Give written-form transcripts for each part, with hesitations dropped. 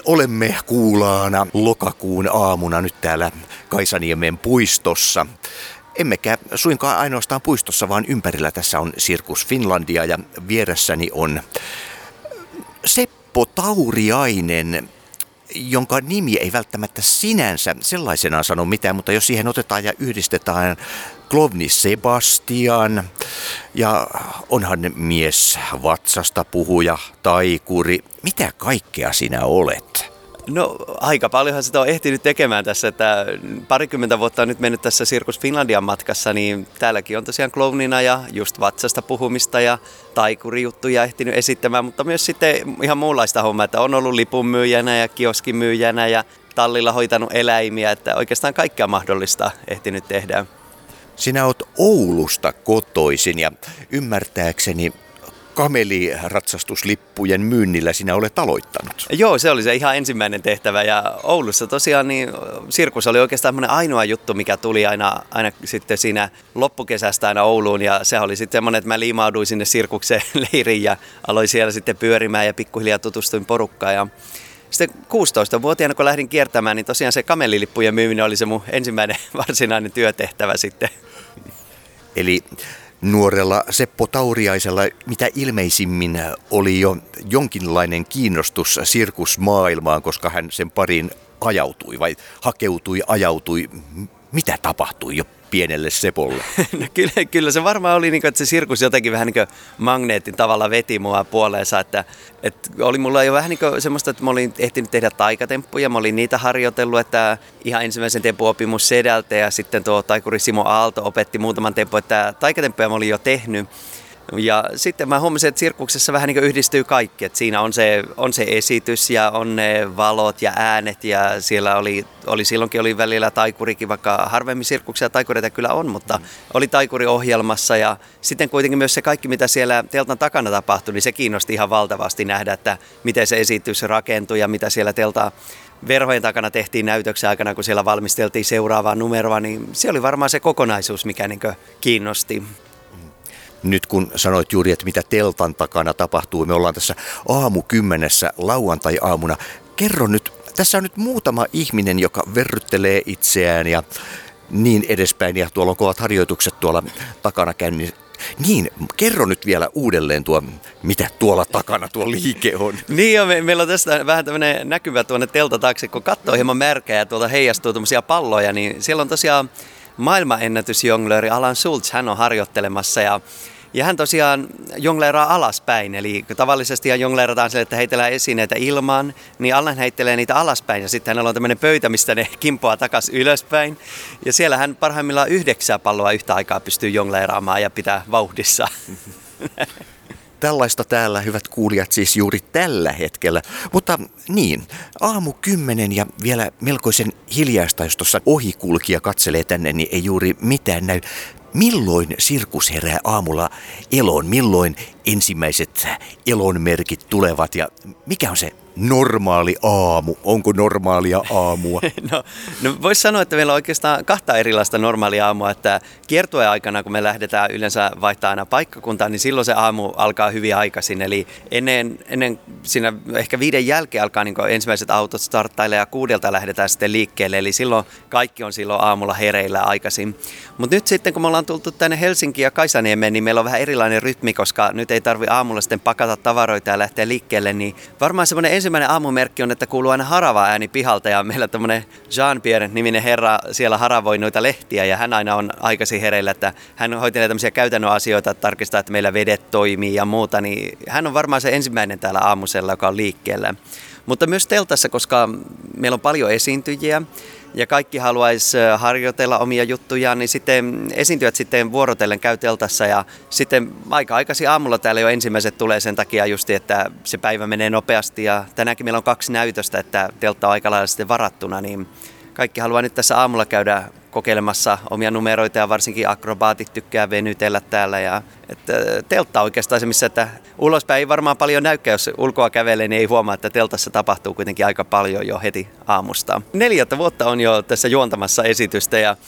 Olemme kuulaana lokakuun aamuna nyt täällä Kaisaniemen puistossa. Emmekä suinkaan ainoastaan puistossa, vaan ympärillä tässä on Circus Finlandia ja vieressäni on Seppo Tauriainen, jonka nimi ei välttämättä sinänsä sellaisenaan sano mitään, mutta jos siihen otetaan ja yhdistetään klovni Sebastian ja onhan mies vatsasta puhuja, taikuri, mitä kaikkea sinä olet? No aika paljonhan sitä on ehtinyt tekemään tässä, että parikymmentä vuotta on nyt mennyt tässä Circus Finlandian matkassa, niin täälläkin on tosiaan klownina ja just vatsasta puhumista ja taikurijuttuja ehtinyt esittämään, mutta myös sitten ihan muunlaista hommaa, että on ollut lipunmyyjänä ja kioskimyyjänä ja tallilla hoitanut eläimiä, että oikeastaan kaikkea mahdollista ehtinyt tehdä. Sinä oot Oulusta kotoisin ja ymmärtääkseni kameliratsastuslippuen myynnillä sinä olet aloittanut. Joo, se oli se ihan ensimmäinen tehtävä ja Oulussa tosiaan niin sirkus oli oikeastaan ainoa juttu, mikä tuli aina sitten siinä loppukesästä aina Ouluun ja se oli sitten semmoinen, että mä liimauduin sinne sirkuksen leiriin ja aloin siellä sitten pyörimään ja pikkuhiljaa tutustuin porukkaan ja sitten 16-vuotiaana, kun lähdin kiertämään, niin tosiaan se kamelilippujen myyminen oli se mun ensimmäinen varsinainen työtehtävä sitten. Eli nuorella Seppo Tauriaisella mitä ilmeisimmin oli jo jonkinlainen kiinnostus sirkusmaailmaan, koska hän sen pariin ajautui vai ajautui. Mitä tapahtui jo pienelle Sepolle? No kyllä se varmaan oli, että se sirkus jotenkin vähän niin kuin magneetin tavalla veti mua puoleensa, että oli mulla jo vähän niin kuin semmoista, että mä olin ehtinyt tehdä taikatemppuja, mä olin niitä harjoitellut, että ihan ensimmäisen tempun opin mun sedältä ja sitten tuo taikuri Simo Aalto opetti muutaman tempun, että taikatemppuja mä olin jo tehnyt. Ja sitten mä huomasin, että sirkuksessa vähän niin kuin yhdistyy kaikki, että siinä on se esitys ja on ne valot ja äänet ja siellä silloinkin oli välillä taikurikin, vaikka harvemmin sirkuksia taikureita kyllä on, mutta oli taikuri ohjelmassa ja sitten kuitenkin myös se kaikki, mitä siellä teltan takana tapahtui, niin se kiinnosti ihan valtavasti nähdä, että miten se esitys rakentui ja mitä siellä teltan verhojen takana tehtiin näytöksen aikana, kun siellä valmisteltiin seuraavaa numeroa, niin se oli varmaan se kokonaisuus, mikä niin kuin kiinnosti. Nyt kun sanoit juuri, että mitä teltan takana tapahtuu, me ollaan tässä 10:00 lauantai-aamuna. Kerro nyt, tässä on nyt muutama ihminen, joka verryttelee itseään ja niin edespäin, ja tuolla on kovat harjoitukset tuolla takana käynnissä. Niin, kerro nyt vielä uudelleen mitä tuolla takana tuo liike on. Niin jo, meillä on tästä vähän tämmöinen näkyvä tuonne teltan taakse, kun katsoo hieman märkää ja tuolta heijastuu tämmöisiä palloja, niin siellä on tosiaan maailmanennätysjonglööri Alan Schultz, hän on harjoittelemassa ja hän tosiaan jongleeraa alaspäin, eli tavallisesti jongleerataan sille, että heitellään esineitä ilmaan, niin Alan heittelee niitä alaspäin ja sitten hänellä on tämmöinen pöytä, mistä ne kimpoaa takaisin ylöspäin ja siellä hän parhaimmillaan 9 palloa yhtä aikaa pystyy jongleeraamaan ja pitää vauhdissa. Tällaista täällä, hyvät kuulijat, siis juuri tällä hetkellä. Mutta niin, 10:00 ja vielä melkoisen hiljaista, jos tuossa ohikulkija katselee tänne, niin ei juuri mitään näy. Milloin sirkus herää aamulla eloon? Milloin ensimmäiset elonmerkit tulevat ja mikä on se normaali aamu? Onko normaalia aamua? No voisi sanoa, että meillä on oikeastaan 2 erilaista normaalia aamua, että kiertueen aikana, kun me lähdetään yleensä vaihtaa aina paikkakuntaa, niin silloin se aamu alkaa hyvin aikaisin, eli ennen siinä ehkä 5 jälkeen alkaa niin ensimmäiset autot starttailemaan ja 6 lähdetään sitten liikkeelle, eli silloin kaikki on silloin aamulla hereillä aikaisin. Mutta nyt sitten, kun me ollaan tultu tänne Helsinkiin ja Kaisaniemeen, niin meillä on vähän erilainen rytmi, koska nyt ei tarvitse aamulla sitten pakata tavaroita ja lähteä liikkeelle, niin varmaan semmoinen ensimmäinen aamumerkki on, että kuuluu aina harava ääni pihalta ja meillä tämmöinen Jean-Pierre-niminen herra siellä haravoi noita lehtiä ja hän aina on aikaisin hereillä, että hän hoitelee tämmöisiä käytännön asioita, että tarkistaa, että meillä vedet toimii ja muuta, niin hän on varmaan se ensimmäinen täällä aamusella, joka on liikkeellä. Mutta myös teltassa, koska meillä on paljon esiintyjiä ja kaikki haluaisi harjoitella omia juttujaan, niin sitten esiintyjät sitten vuorotellen käy teltassa ja sitten aika aikaisin aamulla täällä jo ensimmäiset tulee sen takia just, että se päivä menee nopeasti ja tänäänkin meillä on 2 näytöstä, että teltta on aika lailla sitten varattuna, niin kaikki haluaa nyt tässä aamulla käydä kokeilemassa omia numeroita ja varsinkin akrobaatit tykkää venytellä täällä. Ja, että teltta on oikeastaan se, missä että ulospäin ei varmaan paljon näykään, jos ulkoa kävelee, niin ei huomaa, että teltassa tapahtuu kuitenkin aika paljon jo heti aamusta. 4 vuotta on jo tässä juontamassa esitystä ja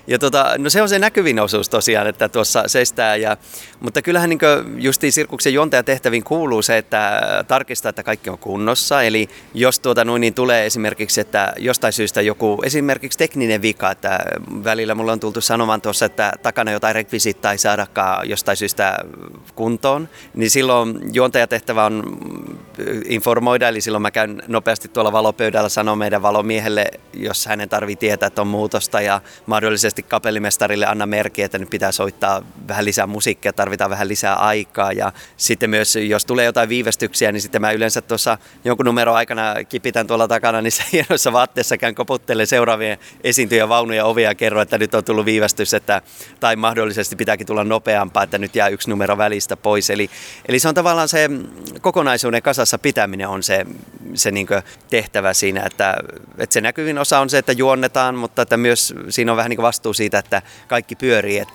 No se on se näkyvin osuus tosiaan, että tuossa seistää. Mutta kyllähän niin justiin sirkuksen juontajatehtäviin kuuluu se, että tarkistaa, että kaikki on kunnossa. Eli jos niin tulee esimerkiksi, että jostain syystä joku esimerkiksi tekninen vika, että välillä mulla on tultu sanomaan tuossa, että takana jotain rekvisiittaa ei saadakaan jostain syystä kuntoon, niin silloin juontajatehtävä on informoida, eli silloin mä käyn nopeasti tuolla valopöydällä sanoa meidän valomiehelle, jos hänen tarvitsee tietää, että on muutosta ja mahdollisesti kapellimestarille anna merkki, että nyt pitää soittaa vähän lisää musiikkia, tarvitaan vähän lisää aikaa ja sitten myös, jos tulee jotain viivästyksiä, niin sitten mä yleensä tuossa jonkun numeron aikana kipitän tuolla takana, niin se hienossa vaatteessa käyn koputtelemaan seuraavien esiintyjän vaunuja ovia ja kerron, että nyt on tullut viivästys, tai mahdollisesti pitääkin tulla nopeampaa, että nyt jää yksi numero välistä pois. Eli se on tavallaan se kokonaisuuden kasassa pitäminen on se niin kuin tehtävä siinä, että se näkyvin osa on se, että juonnetaan, mutta että myös siinä on vähän niin kuin vastuu siitä, että kaikki pyörii, että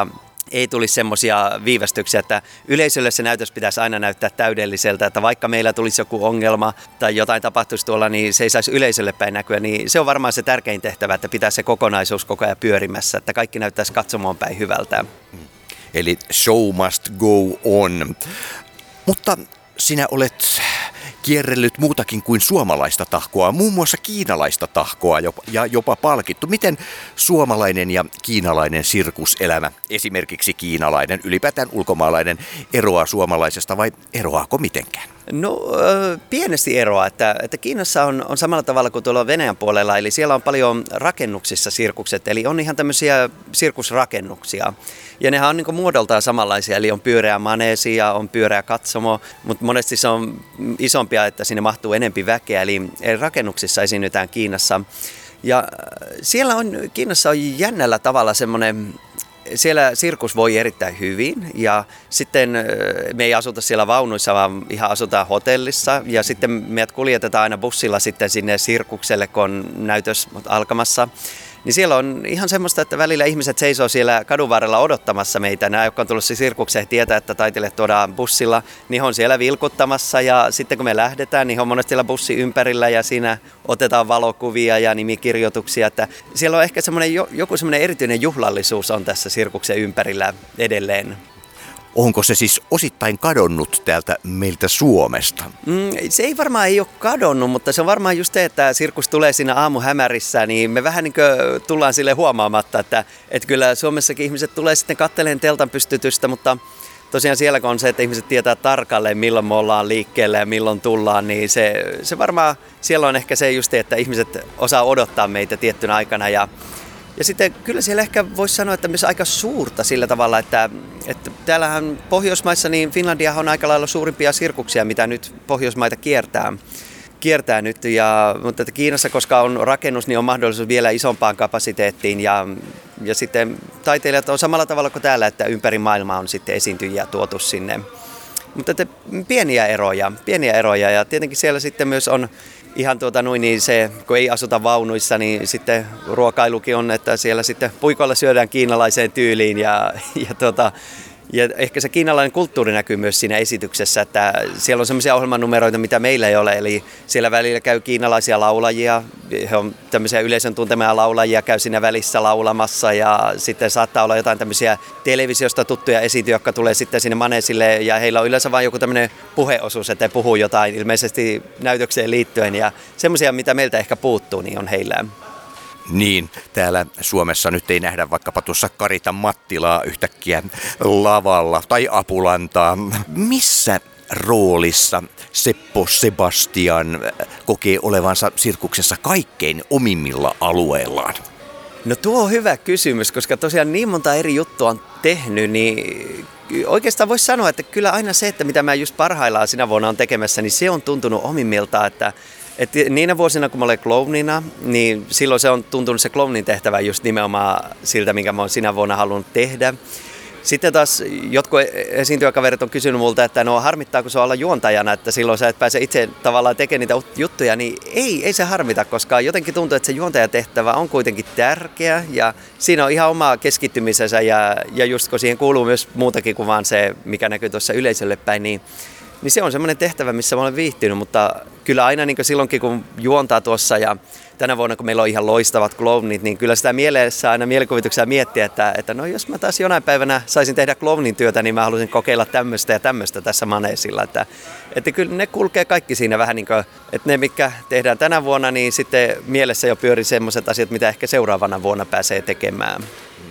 ei tulisi semmoisia viivästyksiä, että yleisölle se näytös pitäisi aina näyttää täydelliseltä, että vaikka meillä tulisi joku ongelma tai jotain tapahtuisi tuolla, niin se ei saisi yleisölle päin näkyä, niin se on varmaan se tärkein tehtävä, että pitää se kokonaisuus koko ajan pyörimässä, että kaikki näyttäisi katsomaan päin hyvältä. Eli show must go on. Mutta sinä olet kierrellyt muutakin kuin suomalaista tahkoa, muun muassa kiinalaista tahkoa ja jopa palkittu. Miten suomalainen ja kiinalainen sirkuselämä, esimerkiksi kiinalainen, ylipäätään ulkomaalainen, eroaa suomalaisesta vai eroaako mitenkään? No pienesti eroa, että Kiinassa on samalla tavalla kuin tuolla Venäjän puolella, eli siellä on paljon rakennuksissa sirkukset, eli on ihan tämmöisiä sirkusrakennuksia. Ja nehän on niin muodoltaan samanlaisia, eli on pyöreä maneesi ja on pyöreä katsomo, mutta monesti se on isompia, että sinne mahtuu enempi väkeä, eli rakennuksissa esiinnytään Kiinassa. Ja Kiinassa on jännällä tavalla semmoinen, siellä sirkus voi erittäin hyvin ja sitten me ei asuta siellä vaunuissa, vaan ihan asutaan hotellissa ja sitten meidät kuljetetaan aina bussilla sitten sinne sirkukselle, kun on näytös alkamassa. Niin siellä on ihan semmoista, että välillä ihmiset seisoo siellä kadun varrella odottamassa meitä. Nämä, jotka on tullut sirkukseen, tietää, että taiteilijat tuodaan bussilla, niin on siellä vilkuttamassa. Ja sitten kun me lähdetään, niin on monesti siellä bussi ympärillä ja siinä otetaan valokuvia ja nimikirjoituksia. Että siellä on ehkä joku semmoinen erityinen juhlallisuus on tässä sirkuksen ympärillä edelleen. Onko se siis osittain kadonnut täältä meiltä Suomesta? Se ei varmaan ole kadonnut, mutta se on varmaan just se, että sirkus tulee siinä aamuhämärissä, niin me vähän niin kuin tullaan sille huomaamatta, että kyllä Suomessakin ihmiset tulee sitten katselemaan teltan pystytystä, mutta tosiaan siellä kun on se, että ihmiset tietää tarkalleen milloin me ollaan liikkeelle ja milloin tullaan, niin se varmaan siellä on ehkä se just, että ihmiset osaa odottaa meitä tiettynä aikana ja sitten kyllä siellä ehkä voisi sanoa, että myös aika suurta sillä tavalla, että täällähän Pohjoismaissa niin Finlandia on aika lailla suurimpia sirkuksia, mitä nyt Pohjoismaita kiertää nyt. Mutta että Kiinassa, koska on rakennus, niin on mahdollisuus vielä isompaan kapasiteettiin ja sitten taiteilijat on samalla tavalla kuin täällä, että ympäri maailmaa on sitten esiintyjiä tuotu sinne. Mutta että pieniä eroja ja tietenkin siellä sitten myös on ihan niin se, kun ei asuta vaunuissa, niin sitten ruokailukin on, että siellä sitten puikolla syödään kiinalaiseen tyyliin ja ehkä se kiinalainen kulttuuri näkyy myös siinä esityksessä, että siellä on semmoisia ohjelmanumeroita, mitä meillä ei ole, eli siellä välillä käy kiinalaisia laulajia, he on tämmöisiä yleisön tuntemia laulajia, käy siinä välissä laulamassa ja sitten saattaa olla jotain tämmöisiä televisiosta tuttuja esiintyjä, jotka tulee sitten sinne maneesille ja heillä on yleensä vain joku tämmöinen puheosuus, että he puhuu jotain ilmeisesti näytökseen liittyen ja semmoisia, mitä meiltä ehkä puuttuu, niin on heillä. Niin, täällä Suomessa nyt ei nähdä vaikkapa tuossa Karita Mattilaa yhtäkkiä lavalla tai Apulantaa. Missä roolissa Seppo Sebastian kokee olevansa sirkuksessa kaikkein omimmilla alueillaan? No tuo on hyvä kysymys, koska tosiaan niin monta eri juttua on tehnyt, niin oikeastaan voisi sanoa, että kyllä aina se, että mitä mä just parhaillaan sinä vuonna on tekemässä, niin se on tuntunut omimmiltaan, että niinä vuosina, kun mä olen klounina, niin silloin se on tuntunut se klounin tehtävä just nimenomaan siltä, minkä mä oon sinä vuonna halunnut tehdä. Sitten taas jotkut esiintyjäkaverit on kysynyt multa, että no harmittaako se olla juontajana, että silloin sä et pääse itse tavallaan tekemään niitä juttuja, niin ei se harmita, koska jotenkin tuntuu, että se juontajatehtävä on kuitenkin tärkeä ja siinä on ihan oma keskittymisensä ja just kun siihen kuuluu myös muutakin kuin vaan se, mikä näkyy tuossa yleisölle päin, niin niin se on semmoinen tehtävä, missä mä olen viihtynyt, mutta kyllä aina niin silloinkin, kun juontaa tuossa ja tänä vuonna, kun meillä on ihan loistavat klownit, niin kyllä sitä mielessä aina mielikuvituksella miettiä, että no jos mä taas jonain päivänä saisin tehdä klownin työtä, niin mä haluaisin kokeilla tämmöistä ja tämmöistä tässä maneesilla. Että kyllä ne kulkee kaikki siinä vähän niin kuin, että ne mitkä tehdään tänä vuonna, niin sitten mielessä jo pyörii semmoiset asiat, mitä ehkä seuraavana vuonna pääsee tekemään.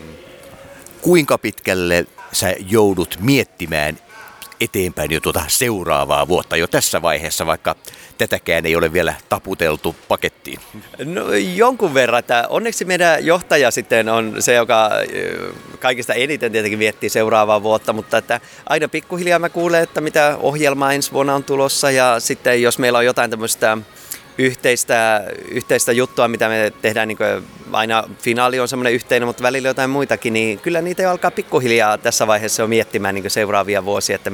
Kuinka pitkälle sä joudut miettimään eteenpäin jo tuota seuraavaa vuotta jo tässä vaiheessa, vaikka tätäkään ei ole vielä taputeltu pakettiin? No jonkun verran, että onneksi meidän johtaja sitten on se, joka kaikista eniten tietenkin miettii seuraavaa vuotta, mutta että aina pikkuhiljaa mä kuulen, että mitä ohjelmaa ensi vuonna on tulossa ja sitten jos meillä on jotain tämmöistä yhteistä juttua, mitä me tehdään, niin kuin aina finaali on semmoinen yhteinen, mutta välillä jotain muitakin, niin kyllä niitä jo alkaa pikkuhiljaa tässä vaiheessa jo miettimään niin kuin seuraavia vuosia, että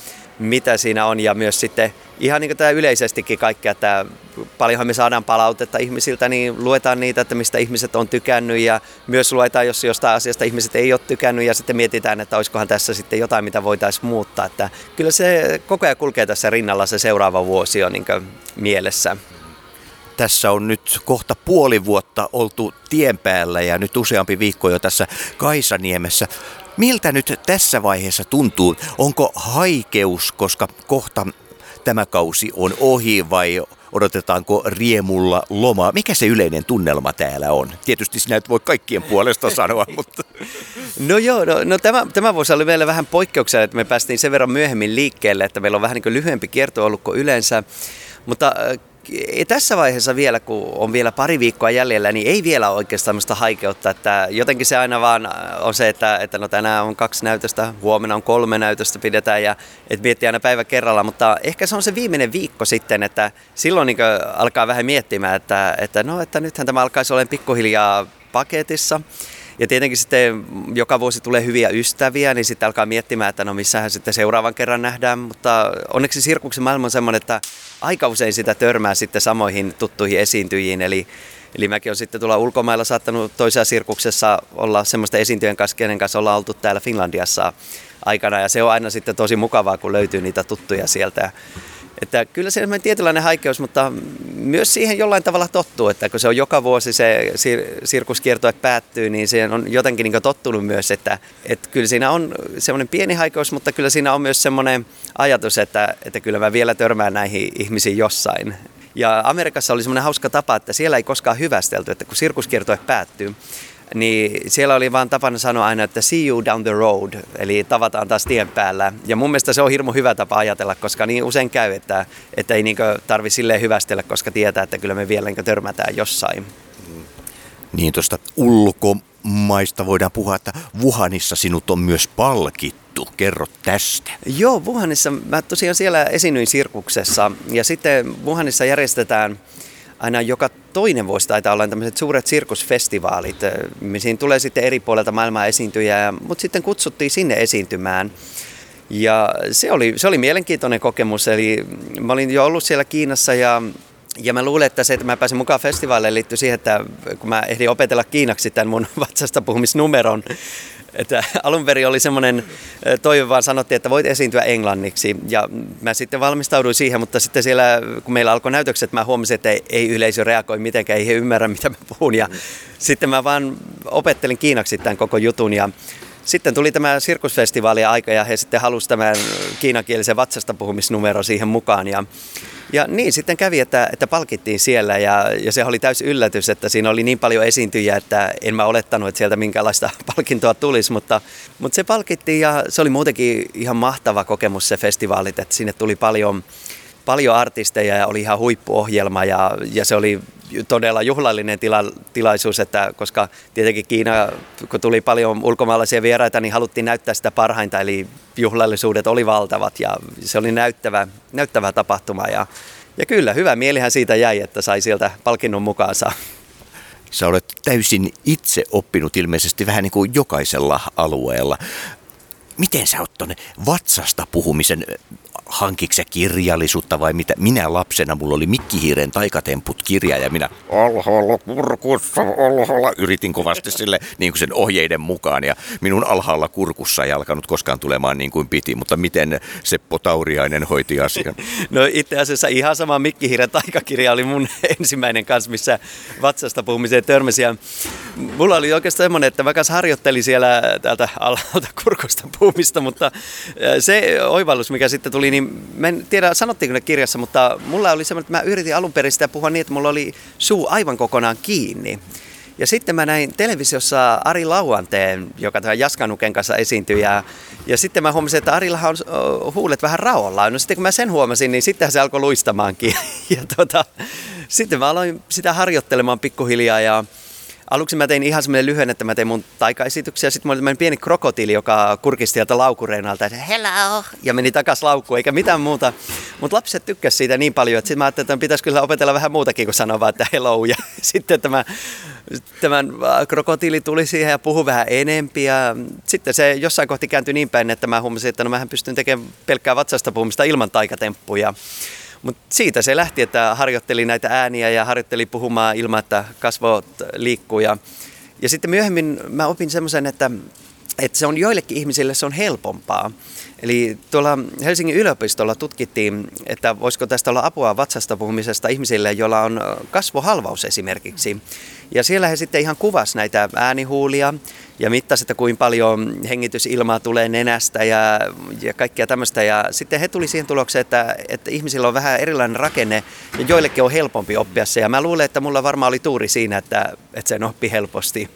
mitä siinä on ja myös sitten ihan niin kuin tämä yleisestikin kaikkea, että paljonhan me saadaan palautetta ihmisiltä, niin luetaan niitä, että mistä ihmiset on tykännyt ja myös luetaan, jos jostain asiasta ihmiset ei ole tykännyt ja sitten mietitään, että olisikohan tässä sitten jotain, mitä voitaisiin muuttaa, että kyllä se koko ajan kulkee tässä rinnalla se seuraava vuosi on niin kuin mielessä. Tässä on nyt kohta puoli vuotta oltu tien päällä ja nyt useampi viikko jo tässä Kaisaniemessä. Miltä nyt tässä vaiheessa tuntuu? Onko haikeus, koska kohta tämä kausi on ohi vai odotetaanko riemulla lomaa? Mikä se yleinen tunnelma täällä on? Tietysti sinä et voi kaikkien puolesta sanoa, mutta... No joo, tämä vuosi oli meillä vähän poikkeuksellinen, että me päästiin sen verran myöhemmin liikkeelle, että meillä on vähän niin kuin lyhyempi kierto ollut kuin yleensä, mutta... Tässä vaiheessa vielä, kun on vielä pari viikkoa jäljellä, niin ei vielä oikeastaan tämmöistä haikeutta, että jotenkin se aina vaan on se, että no tänään on 2 näytöstä, huomenna on 3 näytöstä pidetään ja et miettii aina päivä kerralla, mutta ehkä se on se viimeinen viikko sitten, että silloin niin alkaa vähän miettimään, että nythän tämä alkaisi olla pikkuhiljaa paketissa. Ja tietenkin sitten joka vuosi tulee hyviä ystäviä, niin sitten alkaa miettimään, että no missähän sitten seuraavan kerran nähdään. Mutta onneksi sirkuksen maailma on semmoinen, että aika usein sitä törmää sitten samoihin tuttuihin esiintyjiin. Eli mäkin olen sitten tuolla ulkomailla saattanut toisessa sirkuksessa olla semmoisten esiintyjien kanssa, kenen kanssa ollaan oltu täällä Finlandiassa aikana. Ja se on aina sitten tosi mukavaa, kun löytyy niitä tuttuja sieltä. Että kyllä se on tietynlainen haikeus, mutta myös siihen jollain tavalla tottuu, että kun se on joka vuosi se sirkuskiertue päättyy, niin siihen on jotenkin niin tottunut myös, että kyllä siinä on semmoinen pieni haikeus, mutta kyllä siinä on myös semmoinen ajatus, että kyllä mä vielä törmään näihin ihmisiin jossain. Ja Amerikassa oli semmoinen hauska tapa, että siellä ei koskaan hyvästelty, että kun sirkuskiertue päättyy, niin siellä oli vaan tapana sanoa aina, että see you down the road, eli tavataan taas tien päällä. Ja mun mielestä se on hirmu hyvä tapa ajatella, koska niin usein käy, että ei tarvitse silleen hyvästellä, koska tietää, että kyllä me vielä törmätään jossain. Niin tuosta ulkomaista voidaan puhua, että Wuhanissa sinut on myös palkittu. Kerro tästä. Joo, Wuhanissa mä tosiaan siellä esiinnyin sirkuksessa ja sitten Wuhanissa järjestetään aina joka toinen vuosi taitaa olla tämmöiset suuret sirkusfestivaalit. Siinä tulee sitten eri puolilta maailmaa esiintyjä, mutta sitten kutsuttiin sinne esiintymään. Ja se oli mielenkiintoinen kokemus. Eli mä olin jo ollut siellä Kiinassa ja mä luulen, että se, että mä pääsin mukaan festivaalille liittyy siihen, että kun mä ehdin opetella kiinaksi tämän mun vatsasta puhumisnumeron, että alun perin oli semmoinen toive, vaan sanottiin, että voit esiintyä englanniksi. Ja mä sitten valmistauduin siihen, mutta sitten siellä, kun meillä alkoi näytökset, mä huomasin, että ei yleisö reagoi mitenkään, ei he ymmärrä, mitä mä puhun. Ja sitten mä vaan opettelin kiinaksi tämän koko jutun. Ja sitten tuli tämä sirkusfestivaalin aika ja he sitten halusivat tämän kiinakielisen vatsasta puhumisnumero siihen mukaan. Ja niin sitten kävi, että palkittiin siellä ja se oli täysi yllätys, että siinä oli niin paljon esiintyjiä, että en mä olettanut, että sieltä minkälaista palkintoa tulisi, mutta se palkittiin ja se oli muutenkin ihan mahtava kokemus se festivaalit, että sinne tuli paljon artisteja ja oli ihan huippuohjelma ja se oli todella juhlallinen tilaisuus, että koska tietenkin Kiina, kun tuli paljon ulkomaalaisia vieraita, niin haluttiin näyttää sitä parhainta, eli juhlallisuudet oli valtavat ja se oli näyttävä tapahtuma ja kyllä, hyvä mielihän siitä jäi, että sai sieltä palkinnon mukaansa. Sä olet täysin itse oppinut ilmeisesti vähän niin kuin jokaisella alueella. Miten sä oot tuonne vatsasta puhumisen hankiks sä kirjallisuutta vai mitä? Minä lapsena, mulla oli Mikkihiiren taikatemput kirja ja minä alhaalla kurkussa, alhaalla yritin kovasti sille niin kuin sen ohjeiden mukaan ja minun alhaalla kurkussa ei alkanut koskaan tulemaan niin kuin piti, mutta miten Seppo Tauriainen hoiti asian? No itse asiassa ihan sama Mikkihiiren taikakirja oli mun ensimmäinen kanssa, missä vatsasta puhumiseen törmäsi. Ja mulla oli oikeastaan semmoinen, että mä kanssa harjoittelin siellä täältä alhaalta kurkusta puhumista, mutta se oivallus, mikä sitten tuli, niin mä en tiedä sanottiinko ne kirjassa, mutta mulla oli semmoinen, että mä yritin alun perin sitä puhua niin, että mulla oli suu aivan kokonaan kiinni. Ja sitten mä näin televisiossa Ari Lauanteen, joka tämän Jaskanuken kanssa esiintyi, ja sitten mä huomasin, että Arillahan on huulet vähän raollaan. No sitten kun mä sen huomasin, niin sittenhän se alkoi luistamaankin. Ja sitten mä aloin sitä harjoittelemaan pikkuhiljaa, ja aluksi mä tein ihan semmoinen lyhyen, että mä tein mun taikaesityksiä. Sitten mulla oli tämmöinen pieni krokotiili, joka kurkisti sieltä laukureinalta, että hello, ja meni takas laukkuun, eikä mitään muuta. Mutta lapset tykkäsivät siitä niin paljon, että sitten mä ajattelin, että pitäisi kyllä opetella vähän muutakin kuin sanoa vaan, että hello. Ja sitten tämän krokotiili tuli siihen ja puhui vähän enempi. Ja sitten se jossain kohti kääntyi niin päin, että mä huomasin, että mähän pystyn tekemään pelkkää vatsasta puhumista ilman taikatemppuja. Mutta siitä se lähti, että harjoitteli näitä ääniä ja harjoitteli puhumaan ilman, että kasvot liikkuu. Ja sitten myöhemmin mä opin semmoisen, että se on joillekin ihmisille se on helpompaa. Eli tuolla Helsingin yliopistolla tutkittiin, että voisiko tästä olla apua vatsasta puhumisesta ihmisille, joilla on kasvohalvaus esimerkiksi. Ja siellä he sitten ihan kuvasi näitä äänihuulia ja mittasi, että kuinka paljon hengitysilmaa tulee nenästä ja kaikkea tämmöistä. Ja sitten he tuli siihen tulokseen, että ihmisillä on vähän erilainen rakenne ja joillekin on helpompi oppia se. Ja mä luulen, että mulla varmaan oli tuuri siinä, että sen oppi helposti.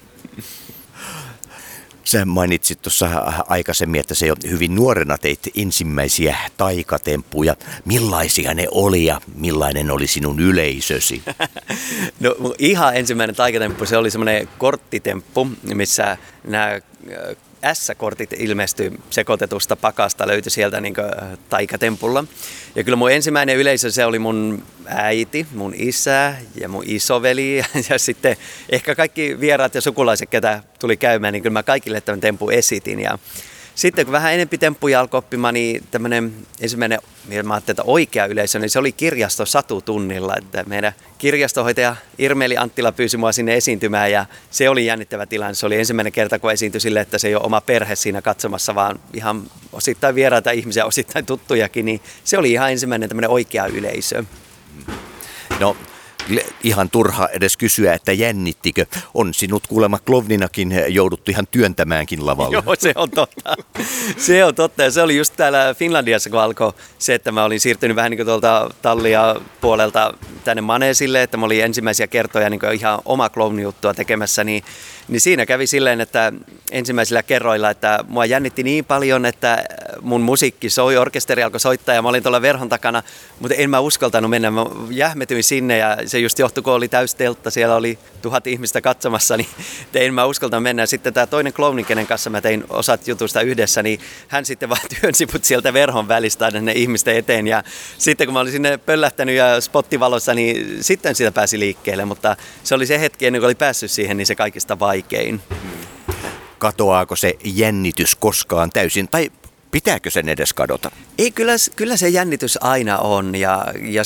Sä mainitsit tuossa aikaisemmin, että se jo hyvin nuorena teit ensimmäisiä taikatemppuja. Millaisia ne oli ja millainen oli sinun yleisösi? No ihan ensimmäinen taikatemppu, se oli semmoinen korttitemppu, missä nämä S-kortit ilmestyi sekoitetusta pakasta, löytyi sieltä niin taikatempulla. Ja kyllä mun ensimmäinen yleisö, se oli mun äiti, mun isä ja mun isoveli ja sitten ehkä kaikki vieraat ja sukulaiset, ketä tuli käymään, niin kyllä mä kaikille tämän tempun esitin. Ja sitten kun vähän enempi temppuja alkoi oppimaan, niin tämmöinen ensimmäinen, mä ajattelin, että oikea yleisö, niin se oli kirjasto Satutunnilla. Että meidän kirjastohoitaja Irmeli Anttila pyysi mua sinne esiintymään ja se oli jännittävä tilanne. Se oli ensimmäinen kerta, kun esiintyi sille, että se ei ole oma perhe siinä katsomassa, vaan ihan osittain vieraita ihmisiä, osittain tuttujakin. Niin se oli ihan ensimmäinen tämmöinen oikea yleisö. No, ihan turha edes kysyä, että jännittikö. On sinut kuulemma klovninakin jouduttu ihan työntämäänkin lavalle. Joo, se on totta. Se on totta ja se oli just täällä Finlandiassa, kun alkoi se, että mä olin siirtynyt vähän niin kuin tuolta tallia puolelta tänne maneesille, että mä olin ensimmäisiä kertoja niin kuin ihan oma klovnijuttua tekemässä, niin siinä kävi silleen, että ensimmäisillä kerroilla, että mua jännitti niin paljon, että mun musiikki soi, orkesteri alkoi soittaa ja mä olin tuolla verhon takana, mutta en mä uskaltanut mennä. Mä jähmetyin sinne ja se just johtui, kun oli täys teltta, siellä oli 1000 ihmistä katsomassa, niin en mä uskaltanut mennä. Sitten tämä toinen klouni, kenen kanssa mä tein osat jutusta yhdessä, niin hän sitten vaan työnsi mut sieltä verhon välistä aina ne ihmisten eteen. Ja sitten kun mä olin sinne pöllähtänyt ja spottivalossa, niin sitten sitä pääsi liikkeelle, mutta se oli se hetki ennen kuin oli päässyt siihen, niin se kaikista vaikein. Katoaako se jännitys koskaan täysin, tai pitääkö sen edes kadota? Ei, kyllä se jännitys aina on ja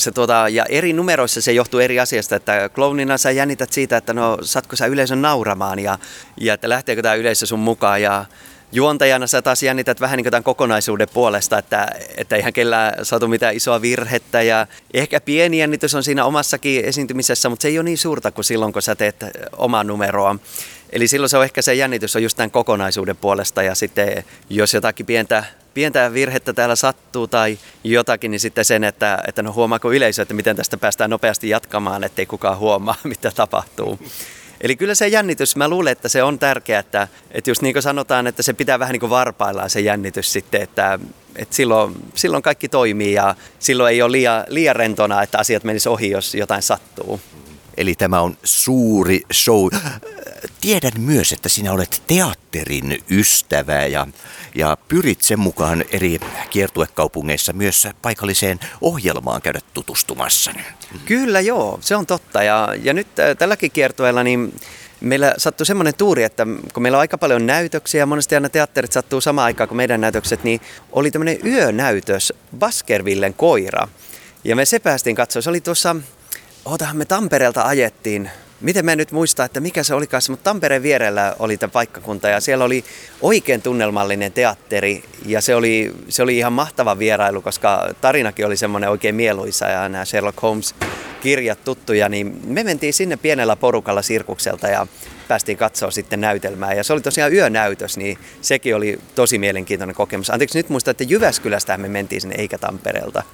eri numeroissa se johtuu eri asiasta, että klounina sä jännität siitä, että no saatko sä yleisön nauramaan ja että lähteekö tämä yleisö sun mukaan ja juontajana sä taas jännität vähän niin kuin tämän kokonaisuuden puolesta, että eihän kellään saatu mitään isoa virhettä ja ehkä pieni jännitys on siinä omassakin esiintymisessä, mutta se ei ole niin suurta kuin silloin, kun sä teet omaa numeroa. Eli silloin se on ehkä se jännitys on just tämän kokonaisuuden puolesta ja sitten jos jotakin pientä virhettä täällä sattuu tai jotakin, niin sitten sen, että no huomaako yleisö, että miten tästä päästään nopeasti jatkamaan, ettei kukaan huomaa, mitä tapahtuu. Eli kyllä se jännitys, mä luulen, että se on tärkeää, että just niin kuin sanotaan, että se pitää vähän niin kuin varpaillaan se jännitys sitten, että silloin kaikki toimii ja silloin ei ole liian rentona, että asiat menis ohi, jos jotain sattuu. Eli tämä on suuri show. Tiedän myös, että sinä olet teatterin ystävä ja pyrit sen mukaan eri kiertuekaupungeissa myös paikalliseen ohjelmaan käydä tutustumassa. Kyllä joo, se on totta. Ja nyt tälläkin kiertueella niin meillä sattui semmoinen tuuri, että kun meillä on aika paljon näytöksiä ja monesti aina teatterit sattuu samaan aikaan kuin meidän näytökset, niin oli tämmöinen yönäytös Baskervillen koira. Ja me se päästiin katsoa. Se oli tuossa, me Tampereelta ajettiin. Miten mä nyt muistaa, että mikä se olikaan, mutta Tampereen vierellä oli tämä paikkakunta ja siellä oli oikein tunnelmallinen teatteri ja se oli ihan mahtava vierailu, koska tarinakin oli semmoinen oikein mieluisa ja nämä Sherlock Holmes-kirjat tuttuja, niin me mentiin sinne pienellä porukalla Sirkukselta ja päästiin katsoa sitten näytelmää ja se oli tosiaan yönäytös, niin sekin oli tosi mielenkiintoinen kokemus. Anteeksi, nyt muistan, että Jyväskylästä me mentiin sinne eikä Tampereelta.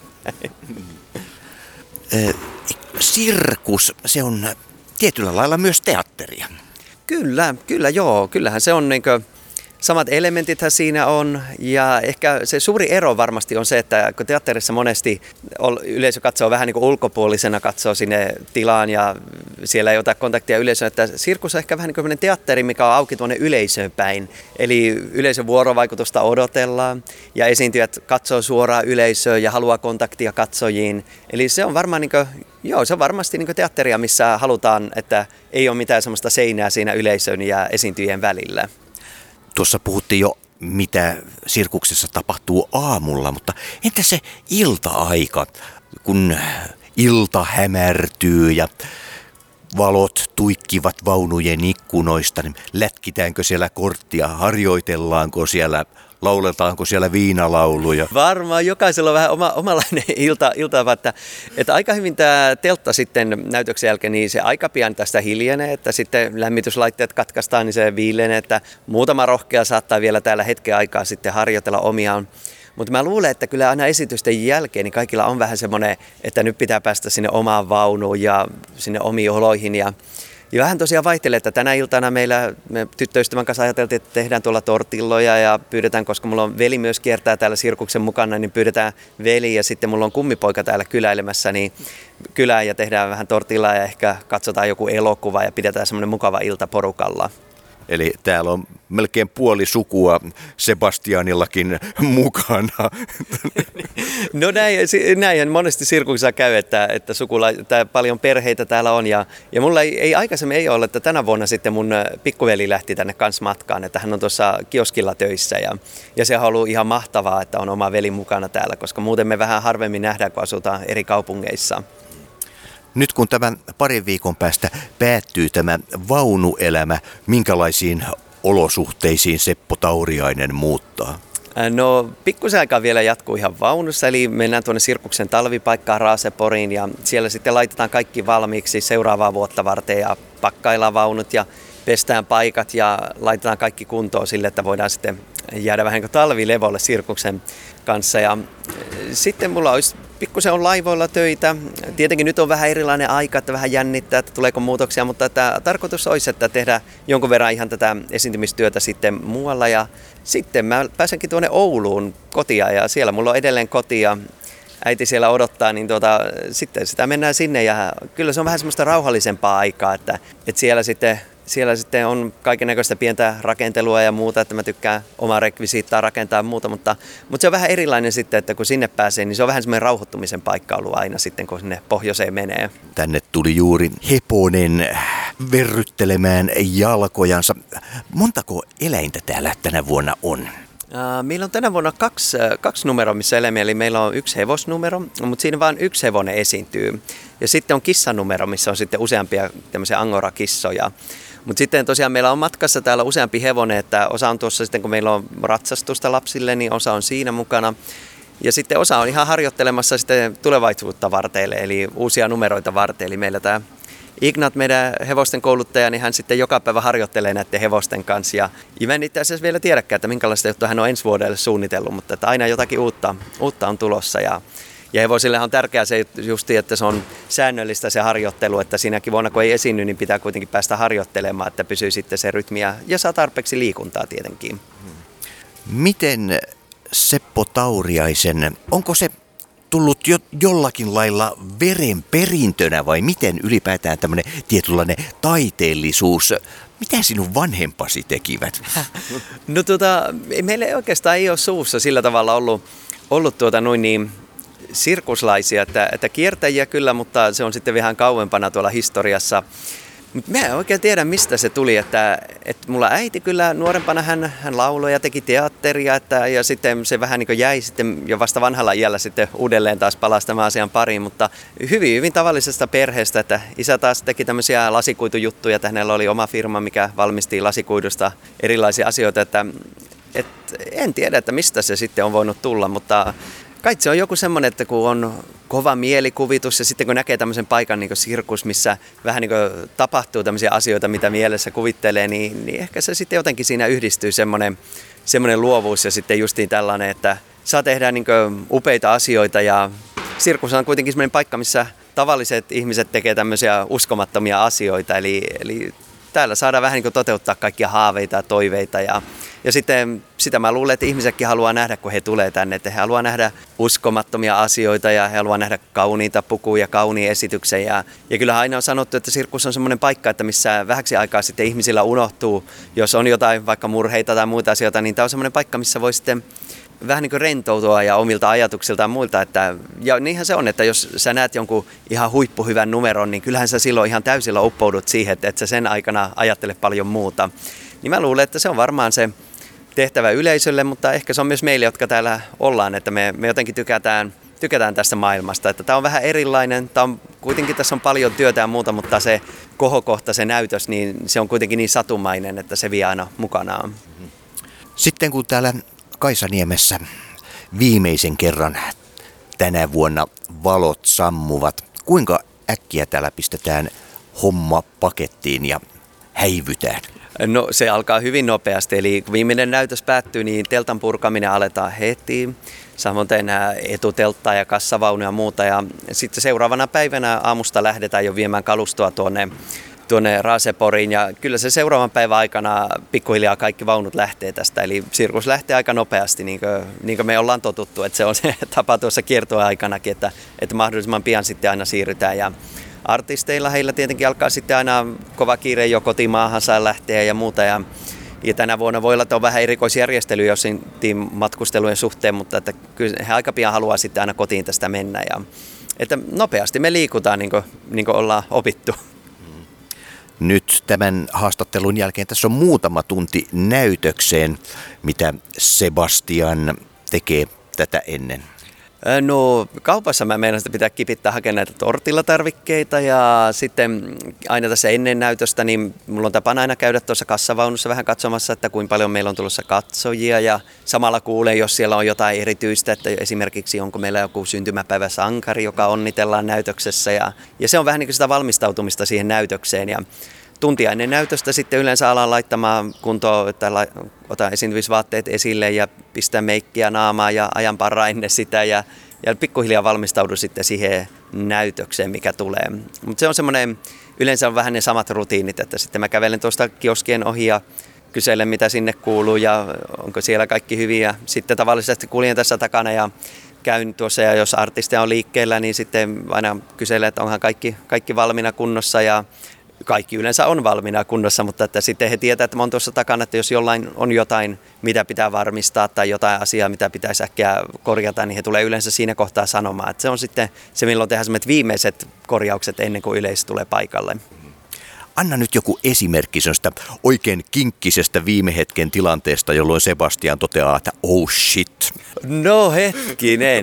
Sirkus, se on tietyllä lailla myös teatteria. Kyllä joo. Kyllähän se on samat elementithän siinä on ja ehkä se suuri ero varmasti on se, että kun teatterissa monesti yleisö katsoo vähän niin kuin ulkopuolisena, katsoo sinne tilaan ja siellä ei ota kontaktia yleisöön, että sirkus on ehkä vähän niin kuin teatteri, mikä on auki tuonne yleisöön päin. Eli yleisön vuorovaikutusta odotellaan ja esiintyjät katsoo suoraan yleisöön ja haluaa kontaktia katsojiin. Eli se on varmaan se on varmasti teatteria, missä halutaan, että ei ole mitään sellaista seinää siinä yleisön ja esiintyjien välillä. Tuossa puhuttiin jo, mitä sirkuksessa tapahtuu aamulla, mutta entä se ilta-aika, kun ilta hämärtyy ja valot tuikkivat vaunujen ikkunoista, niin lätkitäänkö siellä korttia, harjoitellaanko siellä, lauletaanko siellä viinalauluja? Varmaan jokaisella on vähän omalainen iltava, että aika hyvin tämä teltta sitten näytöksen jälkeen, niin se aika pian tästä hiljenee, että sitten lämmityslaitteet katkaistaan, niin se viilenee, että muutama rohkea saattaa vielä täällä hetken aikaa sitten harjoitella omiaan. Mutta mä luulen, että kyllä aina esitysten jälkeen niin kaikilla on vähän semmoinen, että nyt pitää päästä sinne omaan vaunuun ja sinne omiin oloihin. Ja vähän tosiaan vaihtelee, että tänä iltana me tyttöystävän kanssa ajateltiin, että tehdään tuolla tortilloja ja pyydetään, koska mulla on veli myös kiertää täällä sirkuksen mukana, niin pyydetään veli ja sitten mulla on kummipoika täällä kyläilemässä, niin kylään ja tehdään vähän tortillaa ja ehkä katsotaan joku elokuva ja pidetään semmoinen mukava ilta porukalla. Eli täällä on melkein puoli sukua Sebastianillakin mukana. No näin monesti sirkuksessa käy, että paljon perheitä täällä on. Ja mulla ei aikaisemmin ole, että tänä vuonna sitten mun pikkuveli lähti tänne kanssa matkaan, että hän on tuossa kioskilla töissä. Ja se on ollut ihan mahtavaa, että on oma veli mukana täällä, koska muuten me vähän harvemmin nähdään, kun asutaan eri kaupungeissa. Nyt kun tämän parin viikon päästä päättyy tämä vaunuelämä, minkälaisiin olosuhteisiin Seppo Tauriainen muuttaa? No pikkusen aikaa vielä jatkuu ihan vaunussa, eli mennään tuonne sirkuksen talvipaikkaan Raaseporiin ja siellä sitten laitetaan kaikki valmiiksi seuraavaa vuotta varten ja pakkaillaan vaunut ja pestään paikat ja laitetaan kaikki kuntoon sille, että voidaan sitten jäädä vähän kuin talvilevolle sirkuksen kanssa. Ja sitten mulla olisi pikkusen on laivoilla töitä. Tietenkin nyt on vähän erilainen aika, että vähän jännittää, että tuleeko muutoksia, mutta että tarkoitus olisi, että tehdään jonkun verran ihan tätä esiintymistyötä sitten muualla. Ja sitten mä pääsenkin tuonne Ouluun kotia ja siellä mulla on edelleen koti ja äiti siellä odottaa, niin sitten sitä mennään sinne ja kyllä se on vähän semmoista rauhallisempaa aikaa, että siellä sitten on kaikennäköistä pientä rakentelua ja muuta, että mä tykkään omaa rekvisiittaa rakentaa ja muuta, mutta se on vähän erilainen sitten, että kun sinne pääsee, niin se on vähän semmoinen rauhoittumisen paikka ollut aina sitten, kun sinne pohjoiseen menee. Tänne tuli juuri heponen verryttelemään jalkojansa. Montako eläintä täällä tänä vuonna on? Meillä on tänä vuonna kaksi numeroa, missä eläimiä, eli meillä on 1 hevosnumero, mutta siinä vain 1 hevonen esiintyy. Ja sitten on kissanumero, missä on sitten useampia tämmöisiä angora-kissoja. Mutta sitten tosiaan meillä on matkassa täällä useampi hevonen, että osa on tuossa sitten, kun meillä on ratsastusta lapsille, niin osa on siinä mukana. Ja sitten osa on ihan harjoittelemassa sitten tulevaisuutta varten, eli uusia numeroita varten. Eli meillä tämä Ignat, meidän hevosten kouluttaja, niin hän sitten joka päivä harjoittelee näiden hevosten kanssa. Ja mä en itse asiassa vielä tiedäkään, että minkälaista juttua hän on ensi vuodelle suunnitellut, mutta että aina jotakin uutta on tulossa. Ja hevosillehan on tärkeää se justi, että se on säännöllistä se harjoittelu, että siinäkin vuonna kun ei esiinny, niin pitää kuitenkin päästä harjoittelemaan, että pysyy sitten se rytmi ja saa tarpeeksi liikuntaa tietenkin. Miten Seppo Tauriaisen, onko se tullut jollakin lailla verenperintönä vai miten ylipäätään tämmöinen tietynlainen taiteellisuus, mitä sinun vanhempasi tekivät? No meillä oikeastaan ei ole suussa sillä tavalla ollut sirkuslaisia, että kiertäjiä kyllä, mutta se on sitten vähän kauempana tuolla historiassa. Mä en oikein tiedä, mistä se tuli, että mulla äiti kyllä nuorempana hän lauloi ja teki teatteria, ja sitten se vähän niin kuin jäi sitten jo vasta vanhalla iällä sitten uudelleen taas palasi tämän asian pariin, mutta hyvin, hyvin tavallisesta perheestä, että isä taas teki tämmöisiä lasikuitujuttuja, että hänellä oli oma firma, mikä valmisti lasikuidusta erilaisia asioita, että en tiedä, että mistä se sitten on voinut tulla, mutta kai se on joku semmoinen, että kun on kova mielikuvitus ja sitten kun näkee tämmöisen paikan niin kuin sirkus, missä vähän niin kuin tapahtuu tämmöisiä asioita, mitä mielessä kuvittelee, niin ehkä se sitten jotenkin siinä yhdistyy semmoinen luovuus ja sitten justiin tällainen, että saa tehdä niin kuin upeita asioita ja sirkus on kuitenkin semmoinen paikka, missä tavalliset ihmiset tekee tämmöisiä uskomattomia asioita, eli täällä saadaan vähän niin kuin toteuttaa kaikkia haaveita ja toiveita ja sitten sitä mä luulen, että ihmisetkin haluaa nähdä, kun he tulee tänne, että he haluaa nähdä uskomattomia asioita ja he haluaa nähdä kauniita pukuja, kauniin esityksen ja kyllähän aina on sanottu, että sirkus on semmoinen paikka, että missä vähäksi aikaa sitten ihmisillä unohtuu, jos on jotain vaikka murheita tai muita asioita, niin tämä on semmoinen paikka, missä voi sitten vähän niin kuin rentoutua ja omilta ajatuksilta ja muilta. Ja niinhän se on, että jos sä näet jonkun ihan huippuhyvän numeron, niin kyllähän sä silloin ihan täysillä uppoudut siihen, että sä sen aikana ajattele paljon muuta. Niin mä luulen, että se on varmaan se tehtävä yleisölle, mutta ehkä se on myös meille, jotka täällä ollaan, että me jotenkin tykätään tästä maailmasta. Että tämä on vähän erilainen, kuitenkin tässä on paljon työtä ja muuta, mutta se kohokohta, se näytös, niin se on kuitenkin niin satumainen, että se vie aina mukanaan. Sitten kun täällä Kaisaniemessä viimeisen kerran tänä vuonna valot sammuvat, kuinka äkkiä täällä pistetään homma pakettiin ja häivytään? No se alkaa hyvin nopeasti, eli kun viimeinen näytös päättyy, niin teltan purkaminen aletaan heti. Samoin etutelttaa ja kassavaunuja ja muuta. Ja sitten seuraavana päivänä aamusta lähdetään jo viemään kalustoa tuonne Raaseporiin. Ja kyllä se seuraavan päivän aikana pikkuhiljaa kaikki vaunut lähtee tästä. Eli sirkus lähtee aika nopeasti, niin kuin me ollaan totuttu. Että se on se tapa tuossa kiertoaikanakin, että mahdollisimman pian sitten aina siirrytään. Ja artisteilla heillä tietenkin alkaa sitten aina kova kiire jo kotimaahansa lähteä ja muuta. Ja tänä vuonna voi olla, että on vähän erikoisjärjestelyä jossain matkustelujen suhteen, mutta että kyllä he aika pian haluaa sitten aina kotiin tästä mennä. Ja, että nopeasti me liikutaan niin kuin ollaan opittu. Nyt tämän haastattelun jälkeen tässä on muutama tunti näytökseen, mitä Sebastian tekee tätä ennen. No kaupassa mä meinaan, että pitää kipittää hakemaan näitä tortillatarvikkeita ja sitten aina tässä ennen näytöstä, niin mulla on tapana aina käydä tuossa kassavaunussa vähän katsomassa, että kuinka paljon meillä on tulossa katsojia ja samalla kuulen, jos siellä on jotain erityistä, että esimerkiksi onko meillä joku syntymäpäiväsankari, joka onnitellaan näytöksessä ja se on vähän niin kuin sitä valmistautumista siihen näytökseen ja tuntia ennen näytöstä sitten yleensä alan laittamaan kuntoon, että otan esiintymisvaatteet esille ja pistän meikkiä naamaan ja ajan parrainne sitä ja pikkuhiljaa valmistaudun sitten siihen näytökseen, mikä tulee. Mutta se on semmoinen, yleensä on vähän ne samat rutiinit, että sitten mä kävelen tuosta kioskien ohi ja kyselen, mitä sinne kuuluu ja onko siellä kaikki hyvin ja sitten tavallisesti kuljen tässä takana ja käyn tuossa ja jos artisteja on liikkeellä, niin sitten aina kyselen, että onhan kaikki valmiina kunnossa ja kaikki yleensä on valmiina kunnossa, mutta että sitten he tietää, että mä oon tuossa takana, että jos jollain on jotain, mitä pitää varmistaa tai jotain asiaa, mitä pitäisi äkkiä korjata, niin he tulee yleensä siinä kohtaa sanomaan. Että se on sitten se, milloin tehdään sellaiset viimeiset korjaukset ennen kuin yleisö tulee paikalle. Anna nyt joku esimerkki sellaista oikein kinkkisestä viime hetken tilanteesta, jolloin Sebastian toteaa, että oh shit. No hetkinen.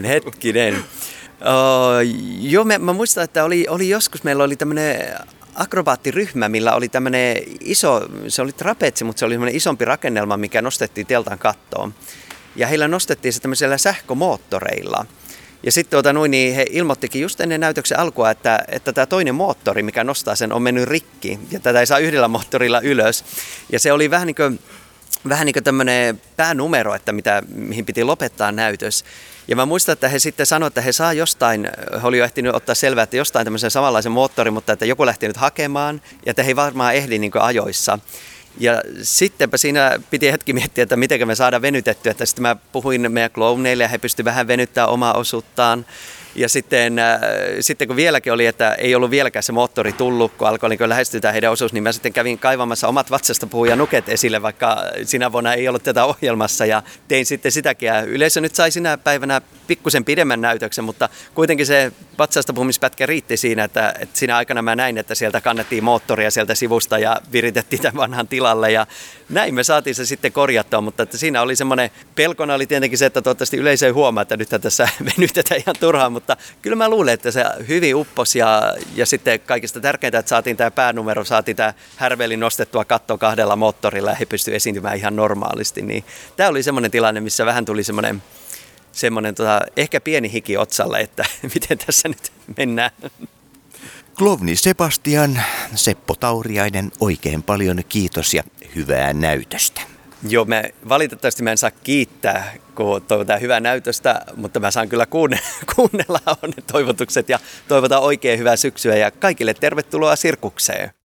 Joo, mä muistan, että oli joskus, meillä oli tämmöinen akrobaattiryhmä, millä oli tämmöinen iso, se oli trapetsi, mutta se oli tämmöinen isompi rakennelma, mikä nostettiin teltan kattoon. Ja heillä nostettiin se tämmöisellä sähkömoottoreilla. Ja sitten niin he ilmoittikin just ennen näytöksen alkua, että tämä toinen moottori, mikä nostaa sen, on mennyt rikki. Ja tätä ei saa yhdellä moottorilla ylös. Ja se oli vähän niin kuin tämmöinen päänumero, että mihin piti lopettaa näytös. Ja mä muistan, että he sitten sanoivat, että he saa jostain, he oli jo ehtinyt ottaa selvää, että jostain tämmöisen samanlaisen moottorin, mutta että joku lähti nyt hakemaan ja että he ei varmaan ehdi niin kuin ajoissa. Ja sitten sittenpä siinä piti hetki miettiä, että miten me saadaan venytettyä. Että sitten mä puhuin meidän klooneille ja he pystyivät vähän venyttämään omaa osuuttaan. Ja sitten kun vieläkin oli, että ei ollut vieläkään se moottori tullut, kun alkoi niin lähestyä heidän osuus, niin mä sitten kävin kaivamassa omat vatsasta puhuja nuket esille, vaikka sinä vuonna ei ollut tätä ohjelmassa. Ja tein sitten sitäkin. Ja yleisö nyt sai sinä päivänä pikkusen pidemmän näytöksen, mutta kuitenkin se vatsasta puhumispätkä riitti siinä, että siinä aikana mä näin, että sieltä kannettiin moottoria sieltä sivusta ja viritettiin tämän vanhan tilalle. Ja näin me saatiin se sitten korjattua, mutta että siinä oli semmoinen, pelkona oli tietenkin se, että toivottavasti yleisö ei huomaa, että nyt tässä venytetään ihan turhaan, mutta kyllä mä luulen, että se hyvin upposi ja sitten kaikista tärkeintä, että saatiin tämä päänumero, saatiin tämä härveli nostettua katto 2 moottorilla ja he pystyivät esiintymään ihan normaalisti. Niin tämä oli semmoinen tilanne, missä vähän tuli semmoinen ehkä pieni hiki otsalle, että miten tässä nyt mennään. Klovni Sebastian, Seppo Tauriainen, oikein paljon kiitos ja hyvää näytöstä. Joo, valitettavasti mä en saa kiittää, kun toivotaan hyvää näytöstä, mutta mä saan kyllä kuunnella toivotukset ja toivotaan oikein hyvää syksyä ja kaikille tervetuloa sirkukseen.